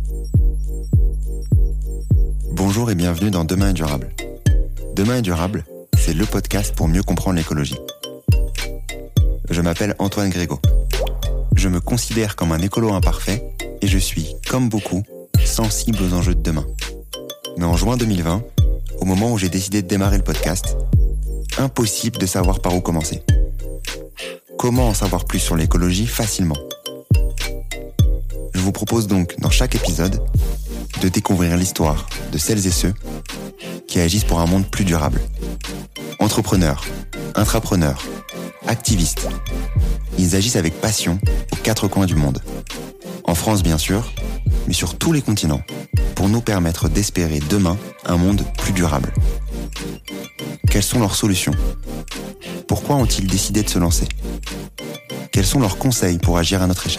Bonjour et bienvenue dans Demain est durable. Demain est durable, c'est le podcast pour mieux comprendre l'écologie. Je m'appelle Antoine Grégo. Je me considère comme un écolo imparfait et je suis, comme beaucoup, sensible aux enjeux de demain. Mais en juin 2020, au moment où j'ai décidé de démarrer le podcast, impossible de savoir par où commencer. Comment en savoir plus sur l'écologie facilement ? Je vous propose donc, dans chaque épisode, de découvrir l'histoire de celles et ceux qui agissent pour un monde plus durable. Entrepreneurs, intrapreneurs, activistes. Ils agissent avec passion aux quatre coins du monde. En France bien sûr, mais sur tous les continents, pour nous permettre d'espérer demain un monde plus durable. Quelles sont leurs solutions ? Pourquoi ont-ils décidé de se lancer ? Quels sont leurs conseils pour agir à notre échelle ?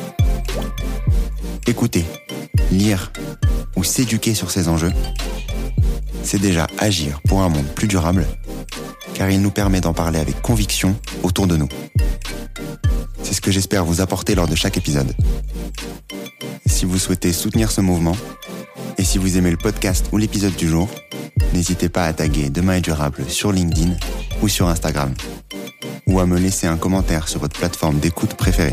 Écouter, lire ou s'éduquer sur ces enjeux, c'est déjà agir pour un monde plus durable, car il nous permet d'en parler avec conviction autour de nous. C'est ce que j'espère vous apporter lors de chaque épisode. Si vous souhaitez soutenir ce mouvement, et si vous aimez le podcast ou l'épisode du jour, n'hésitez pas à taguer Demain est durable sur LinkedIn ou sur Instagram, ou à me laisser un commentaire sur votre plateforme d'écoute préférée.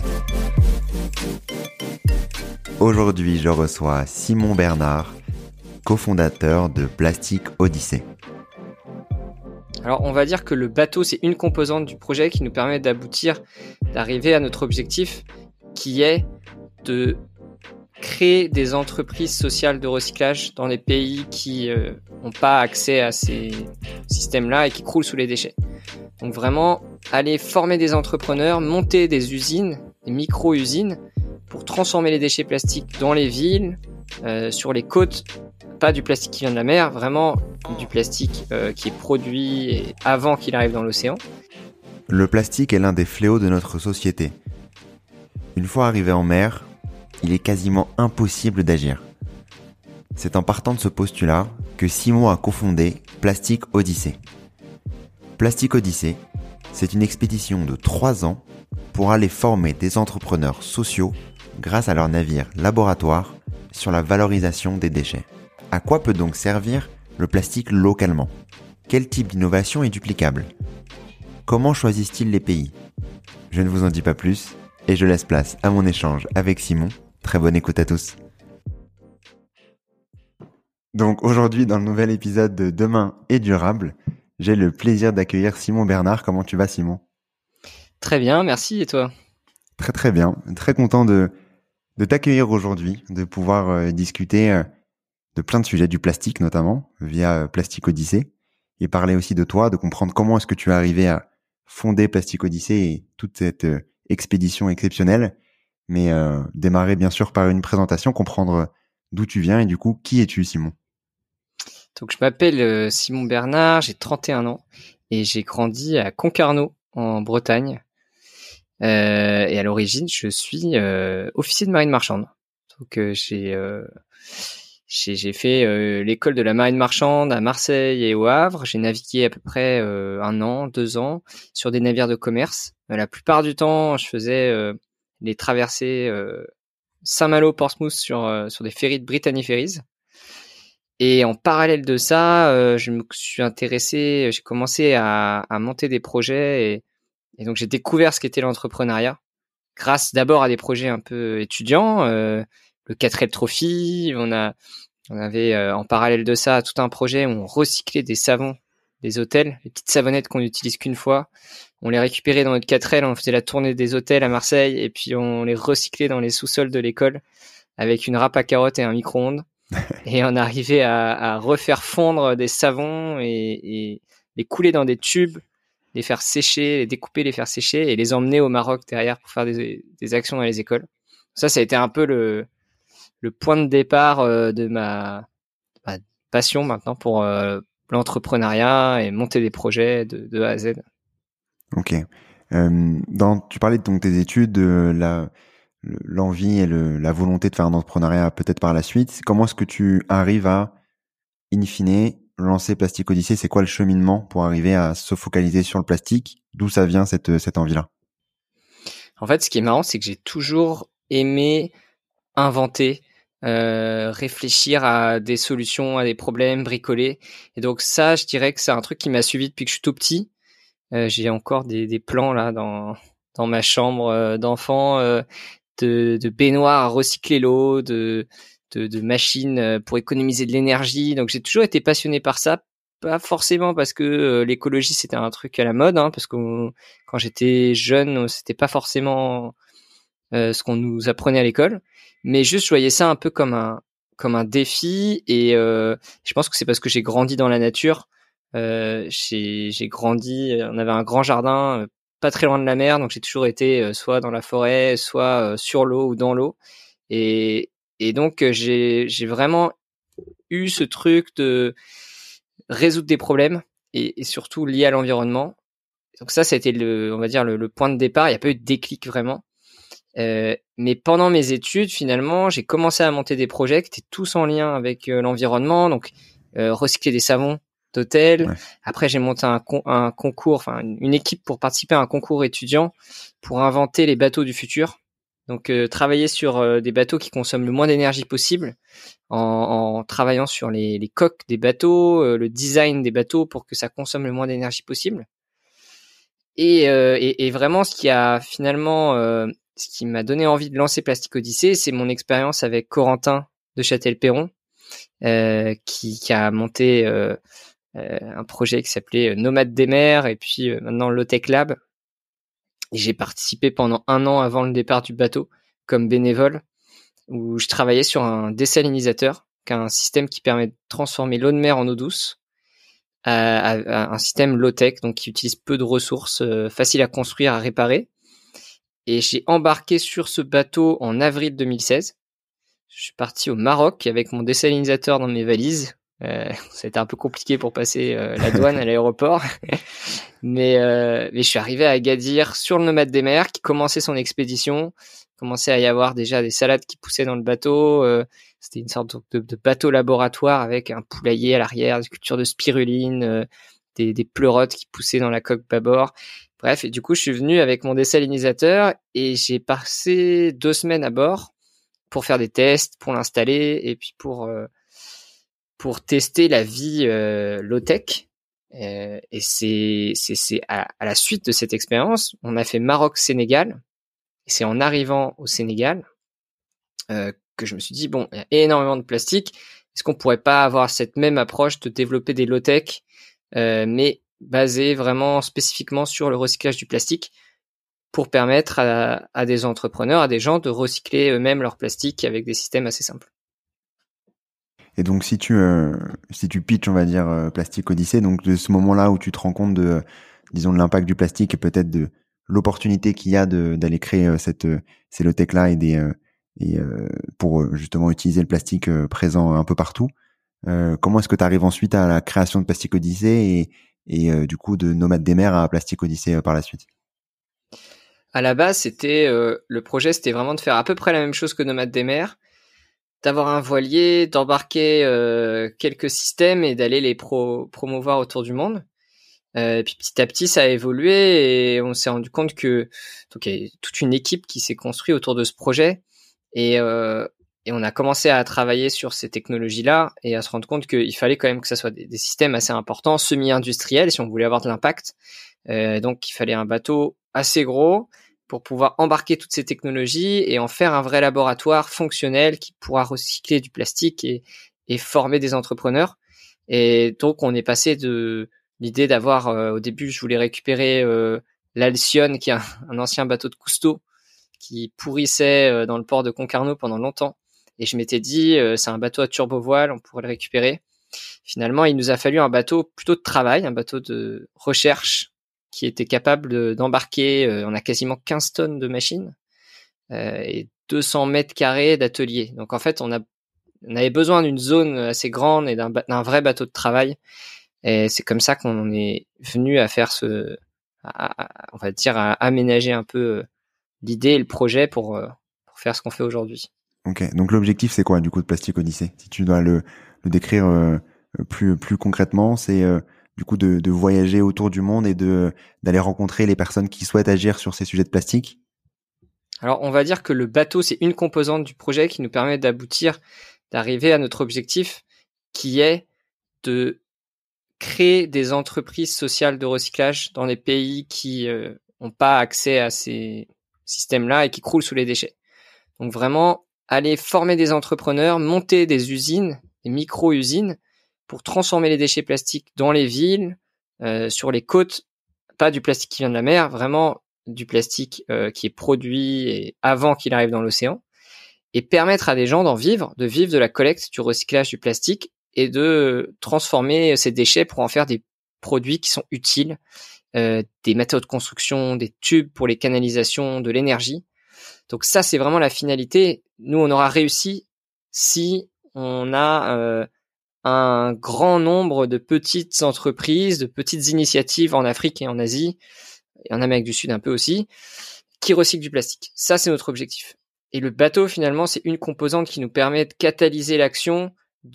Aujourd'hui, je reçois Simon Bernard, cofondateur de Plastic Odyssey. Alors, on va dire que le bateau, c'est une composante du projet qui nous permet d'arriver à notre objectif, qui est de créer des entreprises sociales de recyclage dans des pays qui n'ont pas accès à ces systèmes-là et qui croulent sous les déchets. Donc vraiment, aller former des entrepreneurs, monter des usines, des micro-usines, pour transformer les déchets plastiques dans les villes, sur les côtes, pas du plastique qui vient de la mer, vraiment du plastique qui est produit avant qu'il arrive dans l'océan. Le plastique est l'un des fléaux de notre société. Une fois arrivé en mer, il est quasiment impossible d'agir. C'est en partant de ce postulat que Simon a cofondé Plastic Odyssey. Plastic Odyssey, c'est une expédition de 3 ans pour aller former des entrepreneurs sociaux grâce à leur navire laboratoire sur la valorisation des déchets. À quoi peut donc servir le plastique localement ? Quel type d'innovation est duplicable ? Comment choisissent-ils les pays ? Je ne vous en dis pas plus et je laisse place à mon échange avec Simon. Très bonne écoute à tous. Donc aujourd'hui, dans le nouvel épisode de Demain est durable, j'ai le plaisir d'accueillir Simon Bernard. Comment tu vas, Simon ? Très bien, merci. Et toi ? Très très bien. Très content de t'accueillir aujourd'hui, de pouvoir discuter de plein de sujets, du plastique notamment, via Plastic Odyssey, et parler aussi de toi, de comprendre comment est-ce que tu es arrivé à fonder Plastic Odyssey et toute cette expédition exceptionnelle. Mais démarrer bien sûr par une présentation, comprendre d'où tu viens et du coup, qui es-tu, Simon ? Donc je m'appelle Simon Bernard, j'ai 31 ans et j'ai grandi à Concarneau en Bretagne. Et à l'origine, je suis officier de marine marchande. Donc j'ai fait l'école de la marine marchande à Marseille et au Havre. J'ai navigué à peu près 1 an, 2 ans sur des navires de commerce. La plupart du temps, je faisais les traversées Saint-Malo-Portsmouth sur des ferries de Brittany Ferries. Et en parallèle de ça, je me suis intéressé, j'ai commencé à monter des projets et donc j'ai découvert ce qu'était l'entrepreneuriat grâce d'abord à des projets un peu étudiants, le 4L Trophy, on avait en parallèle de ça tout un projet où on recyclait des savons des hôtels, les petites savonnettes qu'on n'utilise qu'une fois. On les récupérait dans notre 4L, on faisait la tournée des hôtels à Marseille et puis on les recyclait dans les sous-sols de l'école avec une râpe à carottes et un micro-ondes. Et on arrivait à refaire fondre des savons et les couler dans des tubes, les faire sécher, les découper, les faire sécher et les emmener au Maroc derrière pour faire des actions dans les écoles. Ça a été un peu le point de départ de ma passion maintenant pour l'entrepreneuriat et monter des projets de A à Z. Ok. Tu parlais de tes études, de l'envie et la volonté de faire un entrepreneuriat peut-être par la suite. Comment est-ce que tu arrives à, in fine, lancer Plastic Odyssey ? C'est quoi le cheminement pour arriver à se focaliser sur le plastique ? D'où ça vient cette envie-là ? En fait, ce qui est marrant, c'est que j'ai toujours aimé inventer réfléchir à des solutions, à des problèmes, bricoler. Et donc ça, je dirais que c'est un truc qui m'a suivi depuis que je suis tout petit. J'ai encore des plans là dans ma chambre d'enfant, de baignoires à recycler l'eau, de machines pour économiser de l'énergie. Donc j'ai toujours été passionné par ça, pas forcément parce que l'écologie c'était un truc à la mode, hein, parce que quand j'étais jeune, c'était pas forcément ce qu'on nous apprenait à l'école, mais juste je voyais ça un peu comme un défi. Et je pense que c'est parce que j'ai grandi dans la nature. J'ai grandi, on avait un grand jardin pas très loin de la mer, donc j'ai toujours été soit dans la forêt, soit sur l'eau ou dans l'eau. Et donc j'ai vraiment eu ce truc de résoudre des problèmes et surtout liés à l'environnement. Donc ça a été on va dire le point de départ. Il n'y a pas eu de déclic vraiment. Mais pendant mes études, finalement, j'ai commencé à monter des projets qui étaient tous en lien avec l'environnement, donc recycler des savons d'hôtel. Ouais. Après, j'ai monté un concours, enfin une équipe pour participer à un concours étudiant pour inventer les bateaux du futur. Donc travailler sur des bateaux qui consomment le moins d'énergie possible, en travaillant sur les coques des bateaux, le design des bateaux pour que ça consomme le moins d'énergie possible. Et vraiment, ce qui a finalement ce qui m'a donné envie de lancer Plastic Odyssey, c'est mon expérience avec Corentin de Châtel-Perron, qui a monté un projet qui s'appelait Nomade des mers, et puis maintenant Low-Tech Lab. Et j'ai participé pendant 1 an avant le départ du bateau comme bénévole, où je travaillais sur un désalinisateur, qui est un système qui permet de transformer l'eau de mer en eau douce, à un système low-tech, donc qui utilise peu de ressources, facile à construire, à réparer. Et j'ai embarqué sur ce bateau en avril 2016. Je suis parti au Maroc avec mon désalinisateur dans mes valises. Ça a été un peu compliqué pour passer la douane à l'aéroport. mais je suis arrivé à Agadir sur le Nomade des mers qui commençait son expédition. Il commençait à y avoir déjà des salades qui poussaient dans le bateau. C'était une sorte de bateau laboratoire avec un poulailler à l'arrière, des cultures de spiruline, des pleurotes qui poussaient dans la coque bâbord. Bref, et du coup, je suis venu avec mon désalinisateur et j'ai passé 2 semaines à bord pour faire des tests, pour l'installer et puis pour tester la vie low-tech. Et c'est à la suite de cette expérience, on a fait Maroc-Sénégal. Et c'est en arrivant au Sénégal que je me suis dit, bon, il y a énormément de plastique. Est-ce qu'on pourrait pas avoir cette même approche de développer des low-tech, mais basé vraiment spécifiquement sur le recyclage du plastique pour permettre à des entrepreneurs, à des gens de recycler eux-mêmes leur plastique avec des systèmes assez simples. Et donc si tu pitches, on va dire Plastic Odyssey, donc de ce moment-là où tu te rends compte de l'impact du plastique et peut-être de l'opportunité qu'il y a d'aller créer ces low-tech là et pour justement utiliser le plastique présent un peu partout. Comment est-ce que tu arrives ensuite à la création de Plastic Odyssey et du coup de Nomade des mers à Plastic Odyssey par la suite? À la base, le projet, c'était vraiment de faire à peu près la même chose que Nomade des mers, d'avoir un voilier, d'embarquer quelques systèmes et d'aller les promouvoir autour du monde. Puis petit à petit, ça a évolué et on s'est rendu compte que donc il y a toute une équipe qui s'est construite autour de ce projet et on a commencé à travailler sur ces technologies-là et à se rendre compte qu'il fallait quand même que ça soit des systèmes assez importants, semi-industriels, si on voulait avoir de l'impact. Donc il fallait un bateau assez gros pour pouvoir embarquer toutes ces technologies et en faire un vrai laboratoire fonctionnel qui pourra recycler du plastique et former des entrepreneurs. Et donc on est passé de l'idée d'avoir, au début je voulais récupérer l'Alcyone, qui est un ancien bateau de Cousteau qui pourrissait dans le port de Concarneau pendant longtemps. Et je m'étais dit, c'est un bateau à turbo-voile, on pourrait le récupérer. Finalement, il nous a fallu un bateau plutôt de travail, un bateau de recherche qui était capable d'embarquer, on a quasiment 15 tonnes de machines et 200 mètres carrés d'atelier. Donc en fait, on avait besoin d'une zone assez grande et d'un vrai bateau de travail. Et c'est comme ça qu'on en est venu à faire on va dire, à aménager un peu l'idée et le projet pour faire ce qu'on fait aujourd'hui. Ok, donc l'objectif c'est quoi du coup de Plastic Odyssey? Si tu dois le décrire plus concrètement, c'est du coup de voyager autour du monde et d'aller rencontrer les personnes qui souhaitent agir sur ces sujets de plastique. Alors, on va dire que le bateau, c'est une composante du projet qui nous permet d'arriver à notre objectif, qui est de créer des entreprises sociales de recyclage dans les pays qui n'ont pas accès à ces systèmes-là et qui croulent sous les déchets. Donc vraiment, aller former des entrepreneurs, monter des usines, des micro-usines, pour transformer les déchets plastiques dans les villes, sur les côtes, pas du plastique qui vient de la mer, vraiment du plastique qui est produit et avant qu'il arrive dans l'océan, et permettre à des gens de vivre de la collecte, du recyclage du plastique, et de transformer ces déchets pour en faire des produits qui sont utiles, des matériaux de construction, des tubes pour les canalisations, de l'énergie. Donc ça, c'est vraiment la finalité. Nous, on aura réussi si on a un grand nombre de petites entreprises, de petites initiatives en Afrique et en Asie, et en Amérique du Sud un peu aussi, qui recyclent du plastique. Ça, c'est notre objectif. Et le bateau, finalement, c'est une composante qui nous permet de catalyser l'action,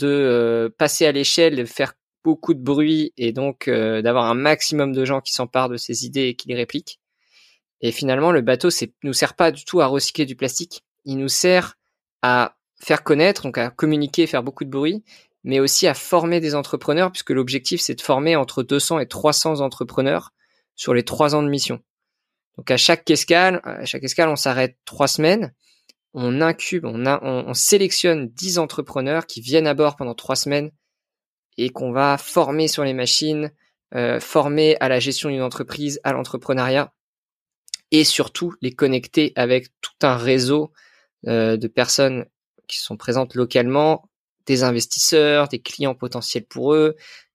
de passer à l'échelle, de faire beaucoup de bruit et donc d'avoir un maximum de gens qui s'emparent de ces idées et qui les répliquent. Et finalement, le bateau nous sert pas du tout à recycler du plastique. Il nous sert à faire connaître, donc à communiquer, faire beaucoup de bruit, mais aussi à former des entrepreneurs, puisque l'objectif, c'est de former entre 200 et 300 entrepreneurs sur les 3 ans de mission. Donc à chaque escale, on s'arrête 3 semaines. On incube, on sélectionne 10 entrepreneurs qui viennent à bord pendant 3 semaines et qu'on va former sur les machines, former à la gestion d'une entreprise, à l'entrepreneuriat, et surtout les connecter avec tout un réseau de personnes qui sont présentes localement, des investisseurs, des clients potentiels pour eux,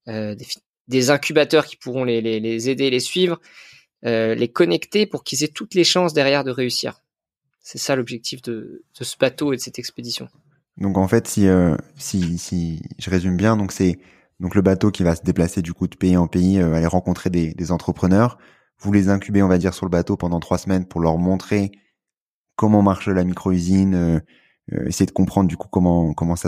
des incubateurs qui pourront les aider et les suivre, les connecter pour qu'ils aient toutes les chances derrière de réussir. C'est ça l'objectif de ce bateau et de cette expédition. Donc en fait, si je résume bien, donc c'est donc le bateau qui va se déplacer du coup de pays en pays, aller rencontrer des entrepreneurs. Vous les incubez, on va dire, sur le bateau pendant 3 semaines pour leur montrer comment marche la micro-usine, essayer de comprendre du coup comment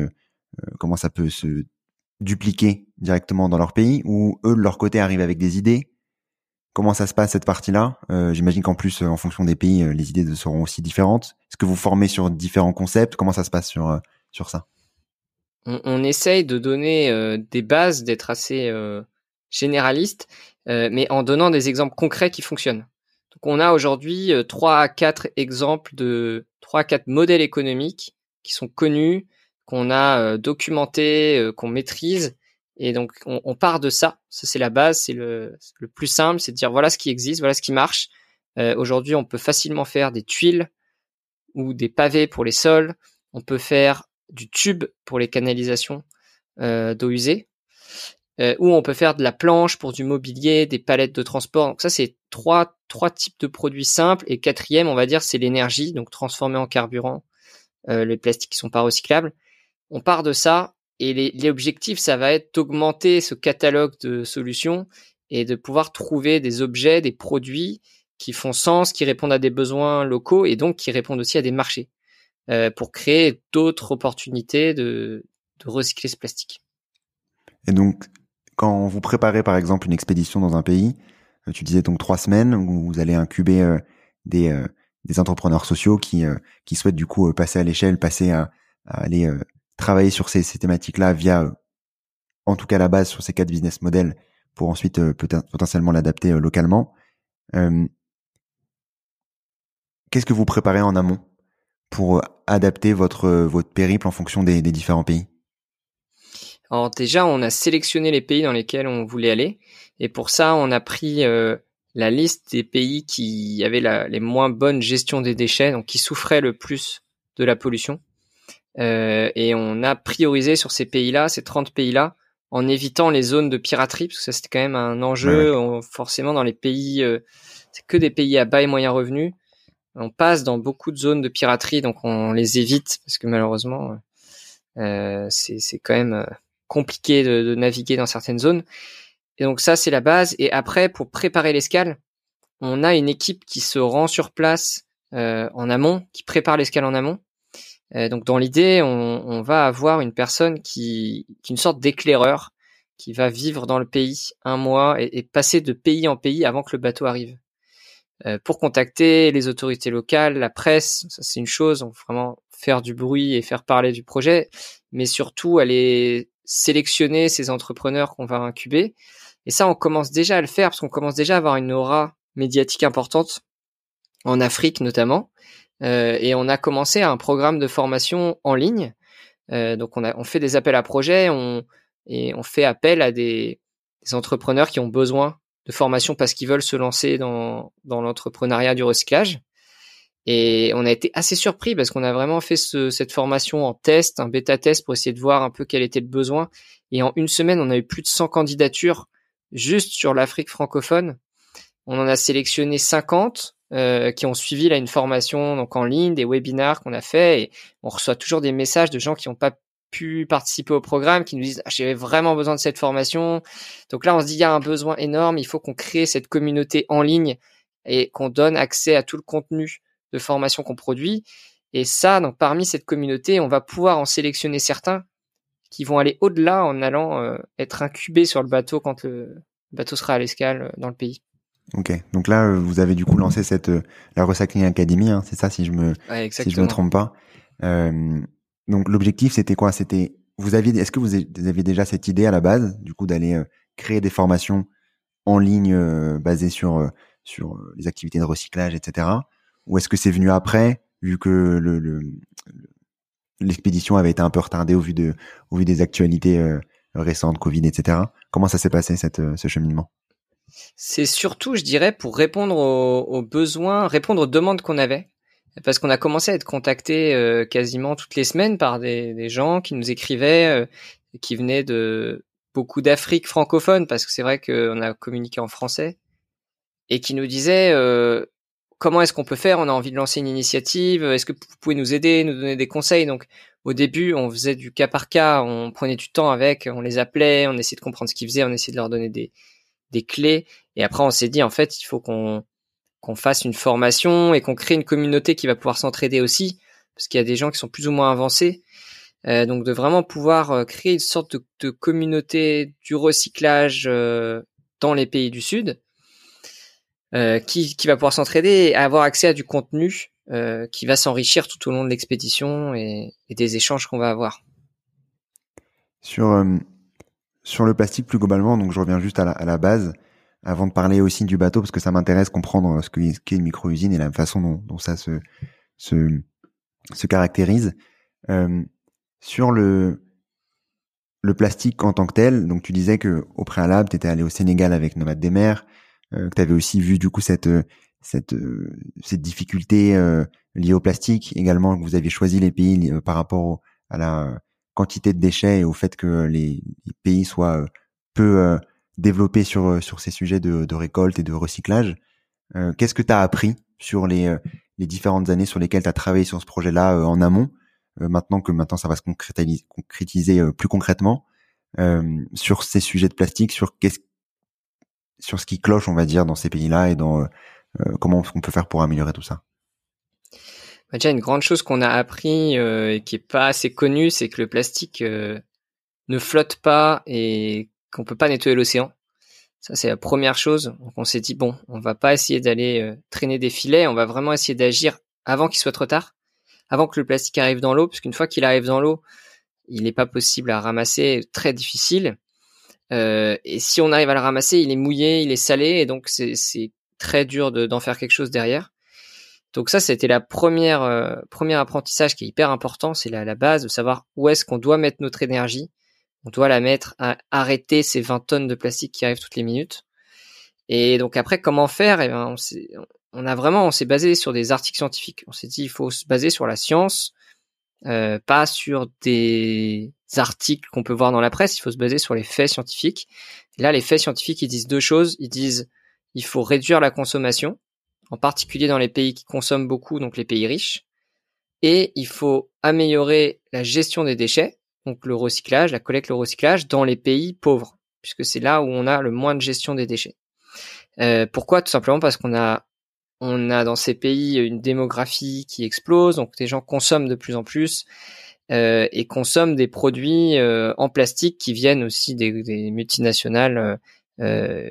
ça peut se dupliquer directement dans leur pays, ou eux de leur côté arrivent avec des idées. Comment ça se passe cette partie-là? J'imagine qu'en plus, en fonction des pays, les idées seront aussi différentes. Est-ce que vous formez sur différents concepts? Comment ça se passe sur ça? On essaye de donner des bases, d'être assez généraliste, mais en donnant des exemples concrets qui fonctionnent. Donc on a aujourd'hui 3 à 4 exemples de 3 à 4 modèles économiques qui sont connus, qu'on a documentés, qu'on maîtrise. Et donc, on part de ça. Ça, c'est la base, c'est le plus simple, c'est de dire voilà ce qui existe, voilà ce qui marche. Aujourd'hui, on peut facilement faire des tuiles ou des pavés pour les sols. On peut faire du tube pour les canalisations d'eau usée. Ou on peut faire de la planche pour du mobilier, des palettes de transport. Donc ça, c'est trois types de produits simples. Et quatrième, on va dire, c'est l'énergie, donc transformée en carburant, les plastiques qui sont pas recyclables. On part de ça. Et l'objectif, ça va être d'augmenter ce catalogue de solutions et de pouvoir trouver des objets, des produits qui font sens, qui répondent à des besoins locaux et donc qui répondent aussi à des marchés pour créer d'autres opportunités de recycler ce plastique. Et donc, quand vous préparez par exemple une expédition dans un pays, tu disais donc 3 semaines où vous allez incuber des entrepreneurs sociaux qui souhaitent du coup passer à l'échelle, passer à aller travailler sur ces thématiques-là via, en tout cas la base sur ces 4 business models pour ensuite peut-être potentiellement l'adapter localement. Qu'est-ce que vous préparez en amont pour adapter votre périple en fonction des différents pays? Alors déjà, on a sélectionné les pays dans lesquels on voulait aller et pour ça, on a pris la liste des pays qui avaient les moins bonnes gestions des déchets, donc qui souffraient le plus de la pollution. Et on a priorisé sur ces pays-là, ces 30 pays-là, en évitant les zones de piraterie, parce que ça c'était quand même un enjeu. Ouais. Forcément, dans les pays, c'est que des pays à bas et moyens revenus. On passe dans beaucoup de zones de piraterie, donc on les évite, parce que malheureusement, c'est quand même compliqué de naviguer dans certaines zones. Et donc ça, c'est la base. Et après, pour préparer l'escale, on a une équipe qui se rend sur place en amont, qui prépare l'escale en amont. Donc dans l'idée, on va avoir une personne qui est une sorte d'éclaireur, qui va vivre dans le pays un mois et passer de pays en pays avant que le bateau arrive. pour contacter les autorités locales, la presse. Ça, c'est une chose, donc vraiment faire du bruit et faire parler du projet, mais surtout aller sélectionner ces entrepreneurs qu'on va incuber. Et ça, on commence déjà à le faire parce qu'on commence déjà à avoir une aura médiatique importante en Afrique notamment. Et on a commencé un programme de formation en ligne. Donc on fait des appels à projets, et on fait appel à des entrepreneurs qui ont besoin de formation parce qu'ils veulent se lancer dans l'entrepreneuriat du recyclage. Et on a été assez surpris parce qu'on a vraiment fait cette formation en test, un bêta test pour essayer de voir un peu quel était le besoin. Et en une semaine, on a eu plus de 100 candidatures juste sur l'Afrique francophone. On en a sélectionné 50 qui ont suivi là une formation donc en ligne, des webinars qu'on a fait, et on reçoit toujours des messages de gens qui n'ont pas pu participer au programme, qui nous disent j'avais vraiment besoin de cette formation. Donc là, on se dit il y a un besoin énorme, il faut qu'on crée cette communauté en ligne et qu'on donne accès à tout le contenu de formation qu'on produit. Et ça, donc parmi cette communauté, on va pouvoir en sélectionner certains qui vont aller au-delà en allant être incubés sur le bateau quand le bateau sera à l'escale dans le pays. Ok, donc là vous avez du coup lancé la Recycling Academy, hein, c'est ça si je me trompe pas. Donc l'objectif c'était quoi? Est-ce que vous aviez déjà cette idée à la base du coup d'aller créer des formations en ligne basées sur les activités de recyclage, etc. Ou est-ce que c'est venu après, vu que l'expédition avait été un peu retardée au vu des actualités récentes, Covid, etc. Comment ça s'est passé ce cheminement? C'est surtout, je dirais, pour répondre aux besoins, répondre aux demandes qu'on avait. Parce qu'on a commencé à être contacté quasiment toutes les semaines par des gens qui nous écrivaient, qui venaient de beaucoup d'Afrique francophone, parce que c'est vrai qu'on a communiqué en français, et qui nous disaient comment est-ce qu'on peut faire, on a envie de lancer une initiative, est-ce que vous pouvez nous aider, nous donner des conseils. Donc au début, on faisait du cas par cas, on prenait du temps avec, on les appelait, on essayait de comprendre ce qu'ils faisaient, on essayait de leur donner des clés. Et après, on s'est dit, en fait, il faut qu'on fasse une formation et qu'on crée une communauté qui va pouvoir s'entraider aussi, parce qu'il y a des gens qui sont plus ou moins avancés. Donc de vraiment pouvoir créer une sorte de communauté du recyclage dans les pays du Sud, qui va pouvoir s'entraider et avoir accès à du contenu qui va s'enrichir tout au long de l'expédition et des échanges qu'on va avoir. Sur le plastique plus globalement, donc je reviens juste à la base, avant de parler aussi du bateau, parce que ça m'intéresse comprendre ce qu'est une micro-usine et la façon dont ça se caractérise. Sur le plastique en tant que tel, donc tu disais que au préalable, tu étais allé au Sénégal avec Nomades des Mers, que tu avais aussi vu du coup cette difficulté liée au plastique, également que vous aviez choisi les pays par rapport à la quantité de déchets et au fait que les pays soient peu développés sur ces sujets de récolte et de recyclage. Qu'est-ce que tu as appris sur les différentes années sur lesquelles tu as travaillé sur ce projet-là en amont, maintenant ça va se concrétiser plus concrètement sur ces sujets de plastique, sur ce qui cloche, on va dire, dans ces pays-là et dans comment on peut faire pour améliorer tout ça? Déjà, une grande chose qu'on a appris et qui est pas assez connue, c'est que le plastique ne flotte pas et qu'on peut pas nettoyer l'océan. Ça, c'est la première chose. Donc, on s'est dit, bon, on va pas essayer d'aller traîner des filets, on va vraiment essayer d'agir avant qu'il soit trop tard, avant que le plastique arrive dans l'eau, parce qu'une fois qu'il arrive dans l'eau, il n'est pas possible à ramasser, très difficile. Et si on arrive à le ramasser, il est mouillé, il est salé, et donc c'est très dur d'en faire quelque chose derrière. Donc ça, c'était la premier apprentissage qui est hyper important, c'est la base de savoir où est-ce qu'on doit mettre notre énergie. On doit la mettre à arrêter ces 20 tonnes de plastique qui arrivent toutes les minutes. Et donc après, comment faire? Eh ben, on s'est basé sur des articles scientifiques. On s'est dit, il faut se baser sur la science, pas sur des articles qu'on peut voir dans la presse. Il faut se baser sur les faits scientifiques. Et là, les faits scientifiques, ils disent deux choses. Ils disent, il faut réduire la consommation, en particulier dans les pays qui consomment beaucoup, donc les pays riches. Et il faut améliorer la gestion des déchets, donc le recyclage, la collecte, le recyclage, dans les pays pauvres, puisque c'est là où on a le moins de gestion des déchets. Pourquoi? Tout simplement parce qu'on a dans ces pays une démographie qui explose, donc les gens consomment de plus en plus et consomment des produits en plastique qui viennent aussi des multinationales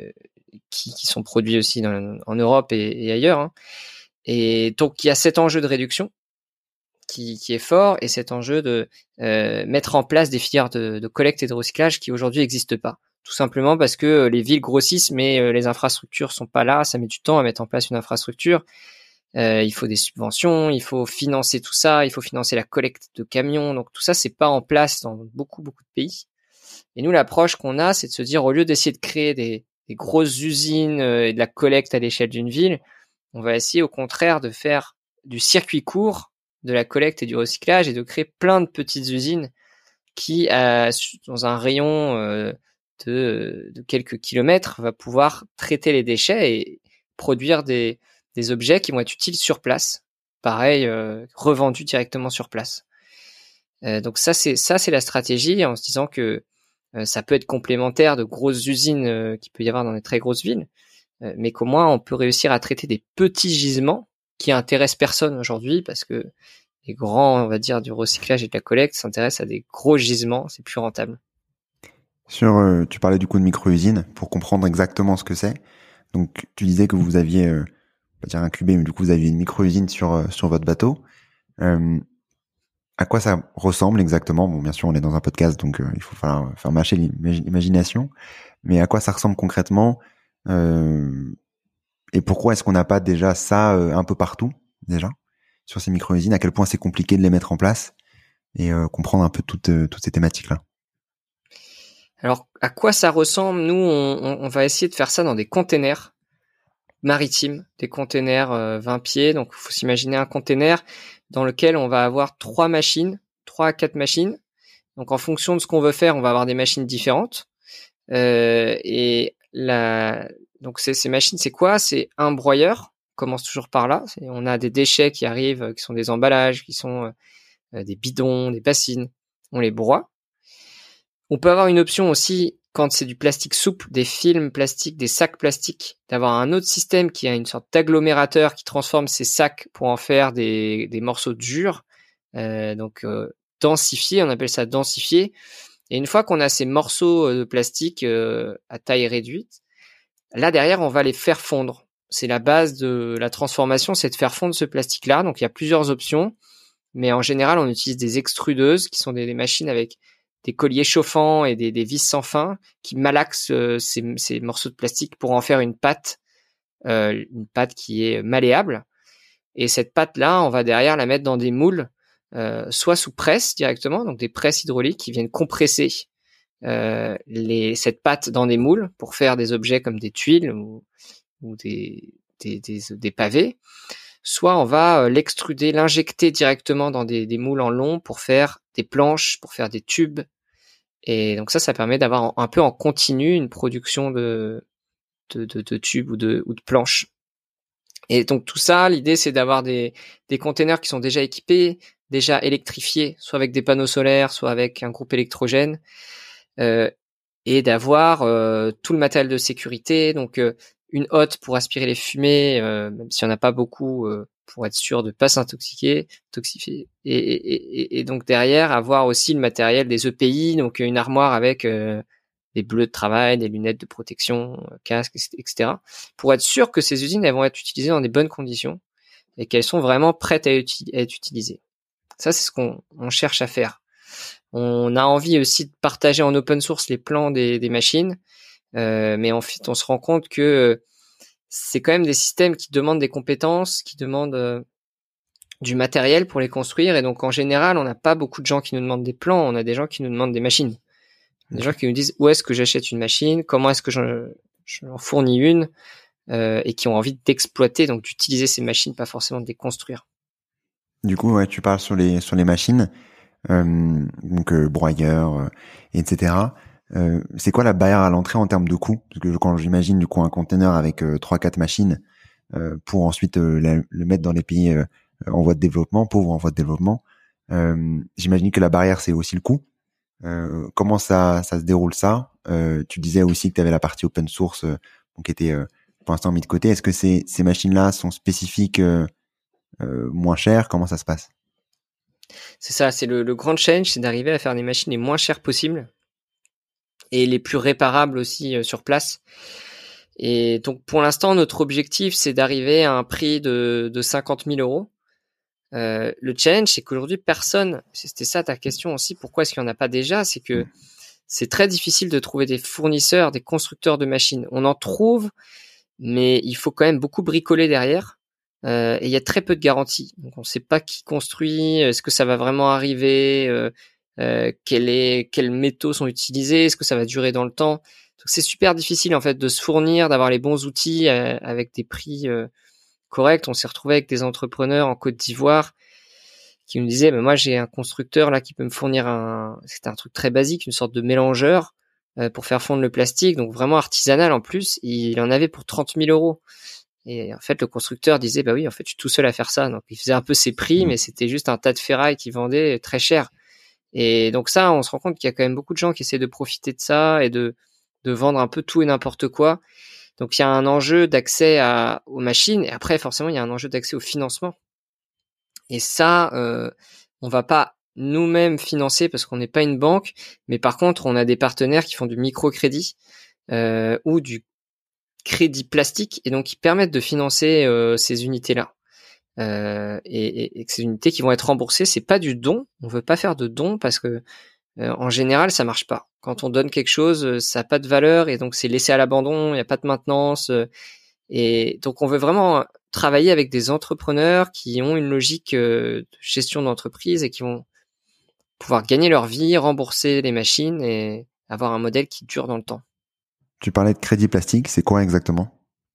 qui sont produits aussi en Europe et ailleurs. Hein. Et donc il y a cet enjeu de réduction qui est fort et cet enjeu de mettre en place des filières de collecte et de recyclage qui aujourd'hui n'existent pas. Tout simplement parce que les villes grossissent, mais les infrastructures sont pas là. Ça met du temps à mettre en place une infrastructure. Il faut des subventions, il faut financer tout ça, il faut financer la collecte de camions. Donc tout ça, c'est pas en place dans beaucoup de pays. Et nous, l'approche qu'on a, c'est de se dire, au lieu d'essayer de créer des grosses usines et de la collecte à l'échelle d'une ville, on va essayer au contraire de faire du circuit court de la collecte et du recyclage et de créer plein de petites usines qui, dans un rayon de quelques kilomètres, va pouvoir traiter les déchets et produire des objets qui vont être utiles sur place. Pareil, revendus directement sur place. Donc ça c'est la stratégie, en se disant que ça peut être complémentaire de grosses usines qu'il peut y avoir dans des très grosses villes, mais qu'au moins on peut réussir à traiter des petits gisements qui intéressent personne aujourd'hui, parce que les grands, on va dire, du recyclage et de la collecte s'intéressent à des gros gisements, c'est plus rentable. Tu parlais du coup de micro-usines, pour comprendre exactement ce que c'est. Donc tu disais que vous aviez, on va dire incubé, mais du coup vous aviez une micro-usine sur votre bateau. À quoi ça ressemble exactement? Bon, bien sûr, on est dans un podcast, donc il faut faire mâcher l'imagination. Mais à quoi ça ressemble concrètement? Et pourquoi est-ce qu'on n'a pas déjà ça un peu partout, déjà, sur ces micro-usines? À quel point c'est compliqué de les mettre en place? Et comprendre un peu toutes ces thématiques-là. Alors, à quoi ça ressemble? Nous, on va essayer de faire ça dans des containers maritimes, des containers 20 pieds. Donc, il faut s'imaginer un container dans lequel on va avoir 3 à 4 machines. Donc, en fonction de ce qu'on veut faire, on va avoir des machines différentes. Et donc ces machines, c'est quoi? C'est un broyeur. On commence toujours par là. On a des déchets qui arrivent, qui sont des emballages, qui sont des bidons, des bassines. On les broie. On peut avoir une option aussi, quand c'est du plastique souple, des films plastiques, des sacs plastiques, d'avoir un autre système qui a une sorte d'agglomérateur qui transforme ces sacs pour en faire des morceaux durs. Donc densifiés, on appelle ça densifié. Et une fois qu'on a ces morceaux de plastique à taille réduite, là derrière, on va les faire fondre. C'est la base de la transformation, c'est de faire fondre ce plastique-là. Donc il y a plusieurs options, mais en général, on utilise des extrudeuses qui sont des machines avec des colliers chauffants et des vis sans fin qui malaxent ces morceaux de plastique pour en faire une pâte qui est malléable. Et cette pâte-là, on va derrière la mettre dans des moules, soit sous presse directement, donc des presses hydrauliques qui viennent compresser cette pâte dans des moules pour faire des objets comme des tuiles ou des pavés. Soit on va l'extruder, l'injecter directement dans des moules en long pour faire des planches, pour faire des tubes. Et donc ça permet d'avoir un peu en continu une production de tubes ou de planches. Et donc tout ça, l'idée c'est d'avoir des containers qui sont déjà équipés, déjà électrifiés, soit avec des panneaux solaires, soit avec un groupe électrogène, et d'avoir tout le matériel de sécurité, donc une hotte pour aspirer les fumées, même s'il n'y en a pas beaucoup, pour être sûr de ne pas toxifier, et donc derrière avoir aussi le matériel des EPI, donc une armoire avec des bleus de travail, des lunettes de protection, casques, etc. pour être sûr que ces usines elles vont être utilisées dans des bonnes conditions et qu'elles sont vraiment prêtes à être utilisées. Ça, c'est ce qu'on cherche à faire. On a envie aussi de partager en open source les plans des machines, mais en fait, on se rend compte que c'est quand même des systèmes qui demandent des compétences, qui demandent du matériel pour les construire, et donc en général, on n'a pas beaucoup de gens qui nous demandent des plans, on a des gens qui nous demandent des machines. Des gens qui nous disent où est-ce que j'achète une machine, comment est-ce que j'en fournis une, et qui ont envie d'exploiter, donc d'utiliser ces machines, pas forcément de les construire. Du coup, ouais, tu parles sur les machines, donc broyeurs, etc. C'est quoi la barrière à l'entrée en termes de coût? Parce que quand j'imagine du coup un container avec 3-4 machines pour ensuite le mettre dans les pays en voie de développement, pauvres en voie de développement, j'imagine que la barrière c'est aussi le coût. Comment ça se déroule ça? Tu disais aussi que tu avais la partie open source qui était pour l'instant mis de côté. Est-ce que ces machines-là sont spécifiques, moins chères? Comment ça se passe? C'est ça, c'est le grand change, c'est d'arriver à faire des machines les moins chères possibles et les plus réparables aussi sur place. Et donc pour l'instant, notre objectif, c'est d'arriver à un prix de 50 000 euros. Le challenge, c'est qu'aujourd'hui, personne, c'était ça ta question aussi, pourquoi est-ce qu'il n'y en a pas déjà, c'est que c'est très difficile de trouver des fournisseurs, des constructeurs de machines. On en trouve, mais il faut quand même beaucoup bricoler derrière. Et il y a très peu de garanties. Donc on ne sait pas qui construit, est-ce que ça va vraiment arriver, quels métaux sont utilisés, est-ce que ça va durer dans le temps. Donc c'est super difficile en fait de se fournir, d'avoir les bons outils avec des prix corrects. On s'est retrouvé avec des entrepreneurs en Côte d'Ivoire qui nous disaient, moi j'ai un constructeur là qui peut me fournir c'était un truc très basique, une sorte de mélangeur pour faire fondre le plastique, donc vraiment artisanal en plus. Il en avait pour 30 000 euros. Et en fait, le constructeur disait, oui, en fait, je suis tout seul à faire ça. Donc, il faisait un peu ses prix, mais c'était juste un tas de ferraille qu'il vendait très cher. Et donc ça, on se rend compte qu'il y a quand même beaucoup de gens qui essaient de profiter de ça et de vendre un peu tout et n'importe quoi. Donc, il y a un enjeu d'accès aux machines. Et après, forcément, il y a un enjeu d'accès au financement. Et ça, on va pas nous-mêmes financer parce qu'on n'est pas une banque. Mais par contre, on a des partenaires qui font du microcrédit ou du crédit plastique et donc qui permettent de financer ces unités-là. Et que ces unités qui vont être remboursées, c'est pas du don. On veut pas faire de don parce que en général, ça marche pas. Quand on donne quelque chose, ça a pas de valeur et donc c'est laissé à l'abandon. Il y a pas de maintenance. Et donc on veut vraiment travailler avec des entrepreneurs qui ont une logique de gestion d'entreprise et qui vont pouvoir gagner leur vie, rembourser les machines et avoir un modèle qui dure dans le temps. Tu parlais de crédit plastique, c'est quoi exactement ?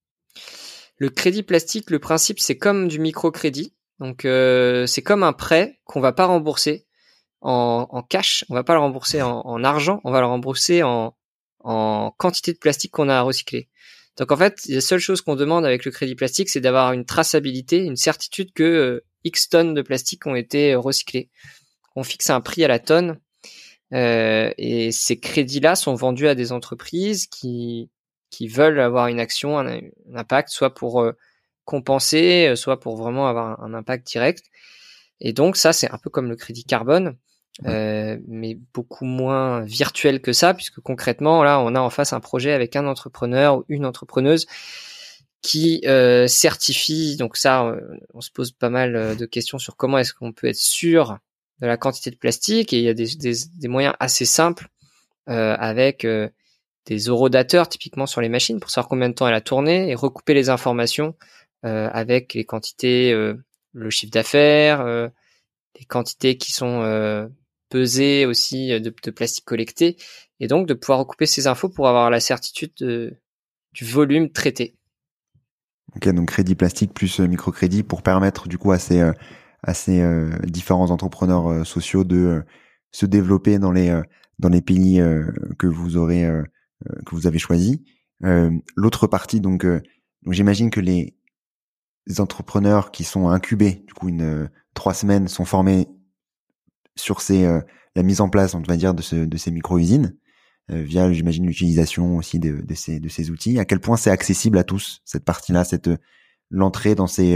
Le crédit plastique, le principe, c'est comme du microcrédit. Donc, c'est comme un prêt qu'on va pas rembourser en cash. On va pas le rembourser en argent. On va le rembourser en quantité de plastique qu'on a à recycler. Donc, en fait, la seule chose qu'on demande avec le crédit plastique, c'est d'avoir une traçabilité, une certitude que X tonnes de plastique ont été recyclées. On fixe un prix à la tonne. Et ces crédits-là sont vendus à des entreprises qui veulent avoir une action, un impact, soit pour compenser, soit pour vraiment avoir un impact direct. Et donc ça, c'est un peu comme le crédit carbone, mais beaucoup moins virtuel que ça, puisque concrètement, là, on a en face un projet avec un entrepreneur ou une entrepreneuse qui certifie. Donc ça, on se pose pas mal de questions sur comment est-ce qu'on peut être sûr de la quantité de plastique, et il y a des moyens assez simples avec des horodateurs typiquement sur les machines pour savoir combien de temps elle a tourné et recouper les informations avec les quantités, le chiffre d'affaires, les quantités qui sont pesées aussi de plastique collecté, et donc de pouvoir recouper ces infos pour avoir la certitude du volume traité. Ok, donc crédit plastique plus microcrédit pour permettre du coup à ces différents entrepreneurs sociaux de se développer dans les pays que vous avez choisis. L'autre partie, donc j'imagine que les entrepreneurs qui sont incubés, du coup 3 semaines, sont formés sur la mise en place, on va dire, de ces micro-usines via, j'imagine, l'utilisation aussi de ces outils. À quel point c'est accessible à tous, cette partie-là, l'entrée dans ça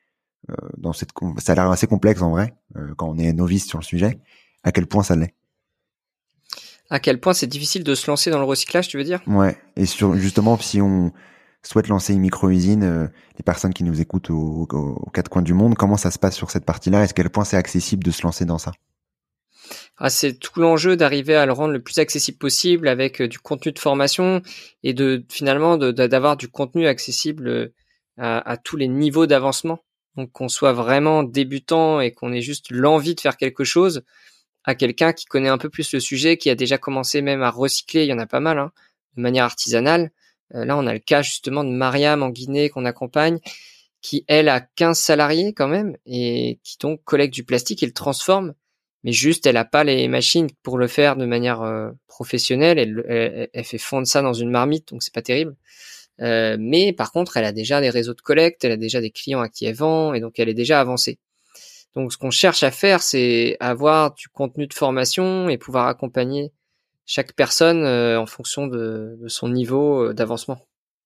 a l'air assez complexe en vrai quand on est novice sur le sujet. À quel point ça l'est? À quel point c'est difficile de se lancer dans le recyclage, tu veux dire? Ouais. Et justement, si on souhaite lancer une micro-usine, les personnes qui nous écoutent aux quatre coins du monde, comment ça se passe sur cette partie-là? Est-ce quel point c'est accessible de se lancer dans ça? C'est tout l'enjeu d'arriver à le rendre le plus accessible possible avec du contenu de formation et finalement d'avoir du contenu accessible à tous les niveaux d'avancement. Donc qu'on soit vraiment débutant et qu'on ait juste l'envie de faire quelque chose, à quelqu'un qui connaît un peu plus le sujet, qui a déjà commencé même à recycler, il y en a pas mal, de manière artisanale. Là, on a le cas justement de Mariam en Guinée qu'on accompagne, qui elle a 15 salariés quand même et qui donc collecte du plastique et le transforme. Mais juste, elle a pas les machines pour le faire de manière professionnelle. Elle fait fondre ça dans une marmite, donc c'est pas terrible. Mais par contre, elle a déjà des réseaux de collecte, elle a déjà des clients à qui elle vend, et donc elle est déjà avancée. Donc ce qu'on cherche à faire, c'est avoir du contenu de formation et pouvoir accompagner chaque personne en fonction de son niveau d'avancement.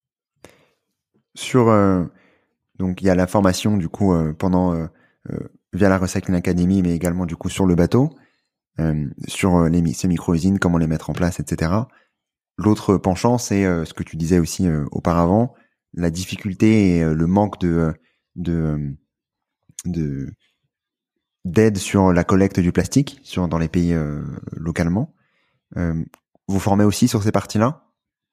Donc il y a la formation du coup pendant via la Recycling Academy, mais également du coup sur le bateau, sur ces micro-usines, comment les mettre en place, etc. l'autre penchant, c'est ce que tu disais aussi auparavant, la difficulté et le manque de de d'aide sur la collecte du plastique dans les pays localement. Vous formez aussi sur ces parties-là?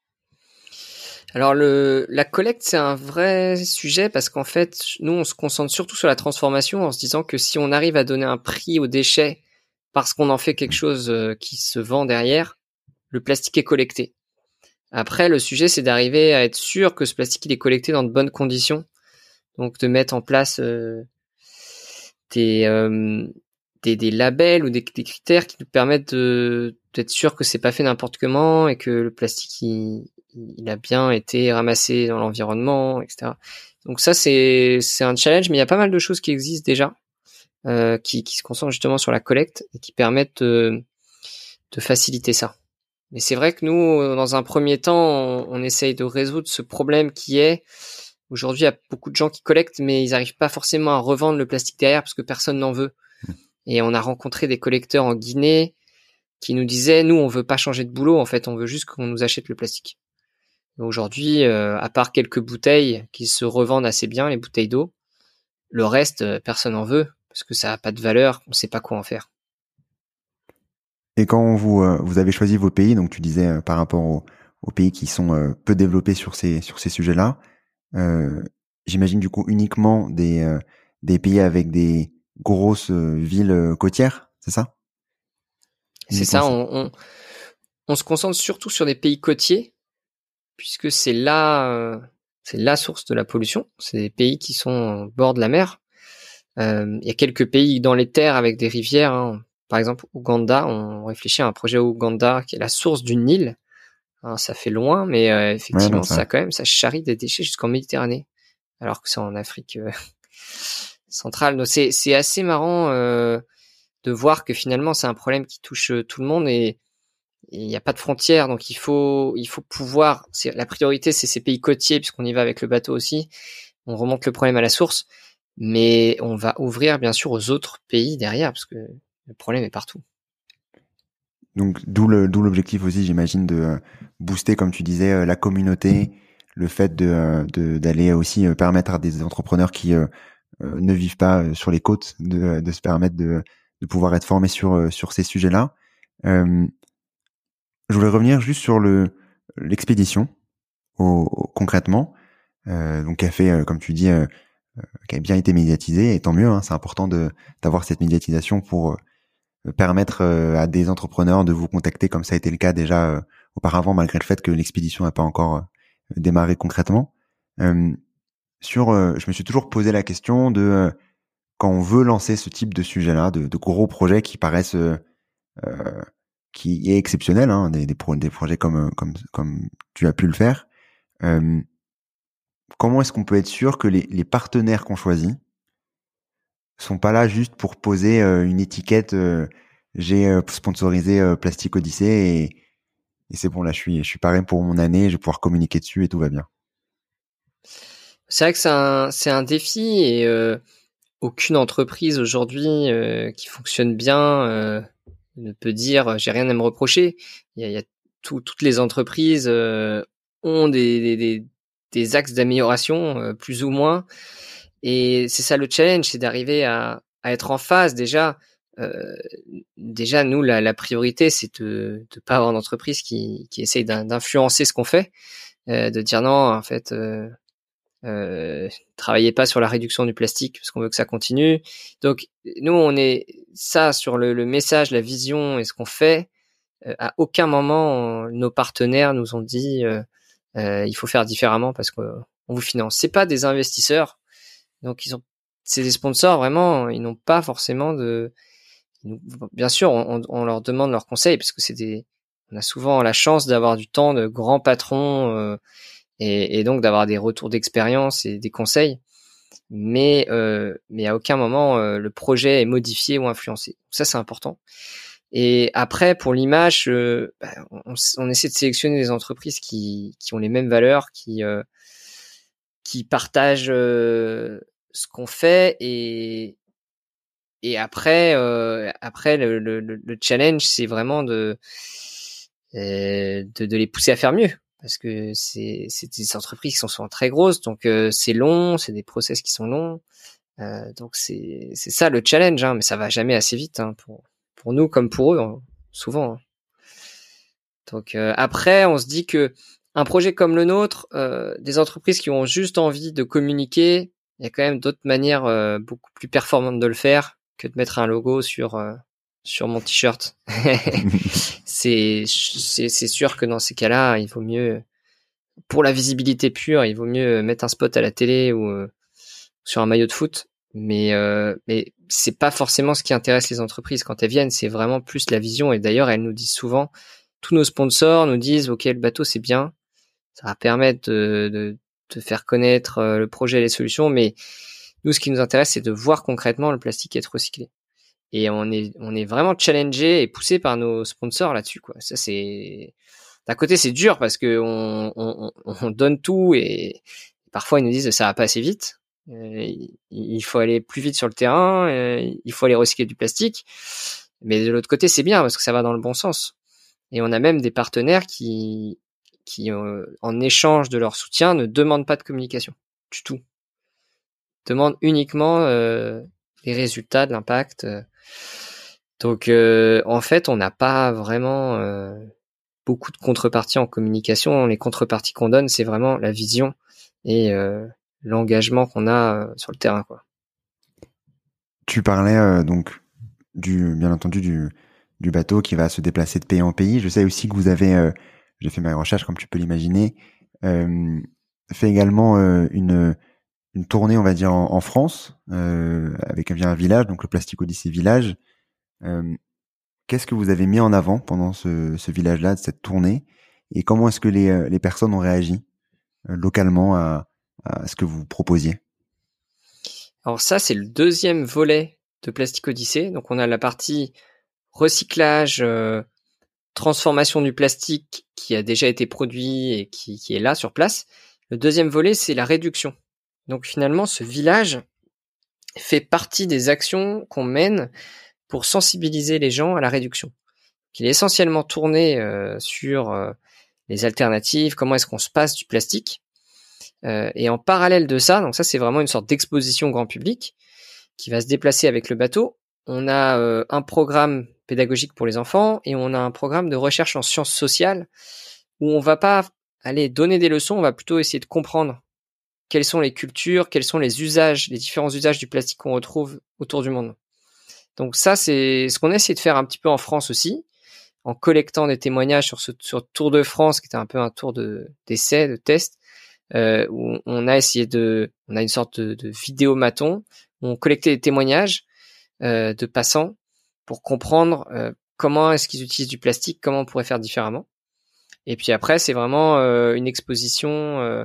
Alors la collecte, c'est un vrai sujet parce qu'en fait, nous, on se concentre surtout sur la transformation en se disant que si on arrive à donner un prix aux déchets parce qu'on en fait quelque chose qui se vend derrière, le plastique est collecté. Après, le sujet, c'est d'arriver à être sûr que ce plastique il est collecté dans de bonnes conditions. Donc de mettre en place des, des labels ou des critères qui nous permettent d'être sûr que c'est pas fait n'importe comment et que le plastique il a bien été ramassé dans l'environnement, etc. Donc ça c'est un challenge, mais il y a pas mal de choses qui existent déjà, qui se concentrent justement sur la collecte et qui permettent de faciliter ça. Mais c'est vrai que nous, dans un premier temps, on essaye de résoudre ce problème qui est aujourd'hui, il y a beaucoup de gens qui collectent, mais ils n'arrivent pas forcément à revendre le plastique derrière parce que personne n'en veut. Et on a rencontré des collecteurs en Guinée qui nous disaient, nous, on veut pas changer de boulot, en fait, on veut juste qu'on nous achète le plastique. Et aujourd'hui, à part quelques bouteilles qui se revendent assez bien, les bouteilles d'eau, le reste, personne n'en veut parce que ça a pas de valeur, on sait pas quoi en faire. Et quand vous avez choisi vos pays, donc tu disais par rapport aux pays qui sont peu développés sur ces sujets-là, j'imagine du coup uniquement des pays avec des grosses villes côtières, c'est ça? C'est Uniquement ça, ça. on se concentre surtout sur des pays côtiers puisque c'est la source de la pollution. C'est des pays qui sont au bord de la mer. Il y a quelques pays dans les terres avec des rivières. Hein. Par exemple, Ouganda, on réfléchit à un projet au Ouganda qui est la source du Nil. Hein, ça fait loin, mais Ouais, non, effectivement, ça. ça charrie des déchets jusqu'en Méditerranée, alors que c'est en Afrique centrale. Donc c'est assez marrant de voir que finalement c'est un problème qui touche tout le monde et il n'y a pas de frontières. Donc il faut pouvoir. La priorité, c'est ces pays côtiers puisqu'on y va avec le bateau aussi. On remonte le problème à la source. Mais on va ouvrir bien sûr aux autres pays derrière parce que le problème est partout. Donc d'où l'objectif aussi, j'imagine, de booster, comme tu disais, la communauté, le fait d'aller aussi permettre à des entrepreneurs qui ne vivent pas sur les côtes de se permettre de pouvoir être formés sur ces sujets-là. Je voulais revenir juste sur l'expédition concrètement, donc qui a fait, comme tu dis, qui a bien été médiatisée, et tant mieux, hein, c'est important d'avoir cette médiatisation pour permettre à des entrepreneurs de vous contacter comme ça a été le cas déjà auparavant, malgré le fait que l'expédition n'a pas encore démarré concrètement. Euh, je me suis toujours posé la question de quand on veut lancer ce type de sujet-là, de gros projets qui paraissent euh, qui est exceptionnel, hein, des projets comme tu as pu le faire. Euh, Comment est-ce qu'on peut être sûr que les partenaires qu'on choisit sont pas là juste pour poser une étiquette j'ai sponsorisé Plastic Odyssey et c'est bon, là je suis paré pour mon année, je vais pouvoir communiquer dessus et tout va bien. C'est vrai que c'est un défi et aucune entreprise aujourd'hui qui fonctionne bien ne peut dire j'ai rien à me reprocher. Il y a toutes les entreprises ont des axes d'amélioration plus ou moins et c'est ça le challenge, c'est d'arriver à être en phase déjà. Euh, Déjà nous la priorité c'est de pas avoir d'entreprise qui essaye d'influencer ce qu'on fait, de dire non en fait travaillez pas sur la réduction du plastique parce qu'on veut que ça continue. Donc nous on est ça sur le message, la vision et ce qu'on fait. À aucun moment nos partenaires nous ont dit il faut faire différemment parce qu'on vous finance. C'est pas des investisseurs, donc c'est des sponsors vraiment. Ils n'ont pas forcément bien sûr on leur demande leurs conseils parce que on a souvent la chance d'avoir du temps de grands patrons et donc d'avoir des retours d'expérience et des conseils. Mais à aucun moment le projet est modifié ou influencé. Ça c'est important. Et après pour l'image, on essaie de sélectionner des entreprises qui ont les mêmes valeurs, qui partagent ce qu'on fait et après le challenge c'est vraiment et de les pousser à faire mieux. Parce que c'est des entreprises qui sont souvent très grosses, donc c'est long, c'est des process qui sont longs. Donc c'est ça le challenge, hein, mais ça va jamais assez vite, hein, pour nous comme pour eux, hein, souvent. Hein. Donc après, on se dit que un projet comme le nôtre, des entreprises qui ont juste envie de communiquer, il y a quand même d'autres manières beaucoup plus performantes de le faire que de mettre un logo sur mon t-shirt. c'est sûr que dans ces cas-là, il vaut mieux, pour la visibilité pure, il vaut mieux mettre un spot à la télé ou sur un maillot de foot. Mais c'est pas forcément ce qui intéresse les entreprises quand elles viennent. C'est vraiment plus la vision. Et d'ailleurs, elles nous disent souvent, tous nos sponsors nous disent, OK, le bateau, c'est bien. Ça va permettre de faire connaître le projet et les solutions. Mais nous, ce qui nous intéresse, c'est de voir concrètement le plastique être recyclé. Et on est vraiment challengé et poussé par nos sponsors là-dessus, quoi. Ça, c'est, d'un côté, c'est dur parce que on donne tout et parfois ils nous disent ça va pas assez vite. Il faut aller plus vite sur le terrain, il faut aller recycler du plastique. Mais de l'autre côté, c'est bien parce que ça va dans le bon sens. Et on a même des partenaires qui en échange de leur soutien, ne demandent pas de communication du tout. Demandent uniquement les résultats de l'impact. Donc, en fait, on n'a pas vraiment beaucoup de contreparties en communication. Les contreparties qu'on donne, c'est vraiment la vision et l'engagement qu'on a sur le terrain, quoi. Tu parlais donc bien entendu du bateau qui va se déplacer de pays en pays. Je sais aussi que vous avez, j'ai fait ma recherche comme tu peux l'imaginer, fait également une tournée, on va dire, en France, avec via un village, donc le Plastic Odyssey Village. Qu'est-ce que vous avez mis en avant pendant ce village-là, de cette tournée, et comment est-ce que les personnes ont réagi localement à ce que vous proposiez? Alors ça, c'est le deuxième volet de Plastic Odyssey. Donc on a la partie recyclage, transformation du plastique qui a déjà été produit et qui est là sur place. Le deuxième volet, c'est la réduction. Donc finalement, ce village fait partie des actions qu'on mène pour sensibiliser les gens à la réduction. Il est essentiellement tourné sur les alternatives, comment est-ce qu'on se passe du plastique. Et en parallèle de ça, donc ça c'est vraiment une sorte d'exposition grand public qui va se déplacer avec le bateau. On a un programme pédagogique pour les enfants et on a un programme de recherche en sciences sociales où on va pas aller donner des leçons, on va plutôt essayer de comprendre quelles sont les cultures, quels sont les usages, les différents usages du plastique qu'on retrouve autour du monde. Donc ça, c'est ce qu'on a essayé de faire un petit peu en France aussi, en collectant des témoignages sur Tour de France, qui était un peu un tour d'essai, de test, où on a une sorte de vidéomaton, où on collectait des témoignages de passants pour comprendre comment est-ce qu'ils utilisent du plastique, comment on pourrait faire différemment. Et puis après, c'est vraiment une exposition.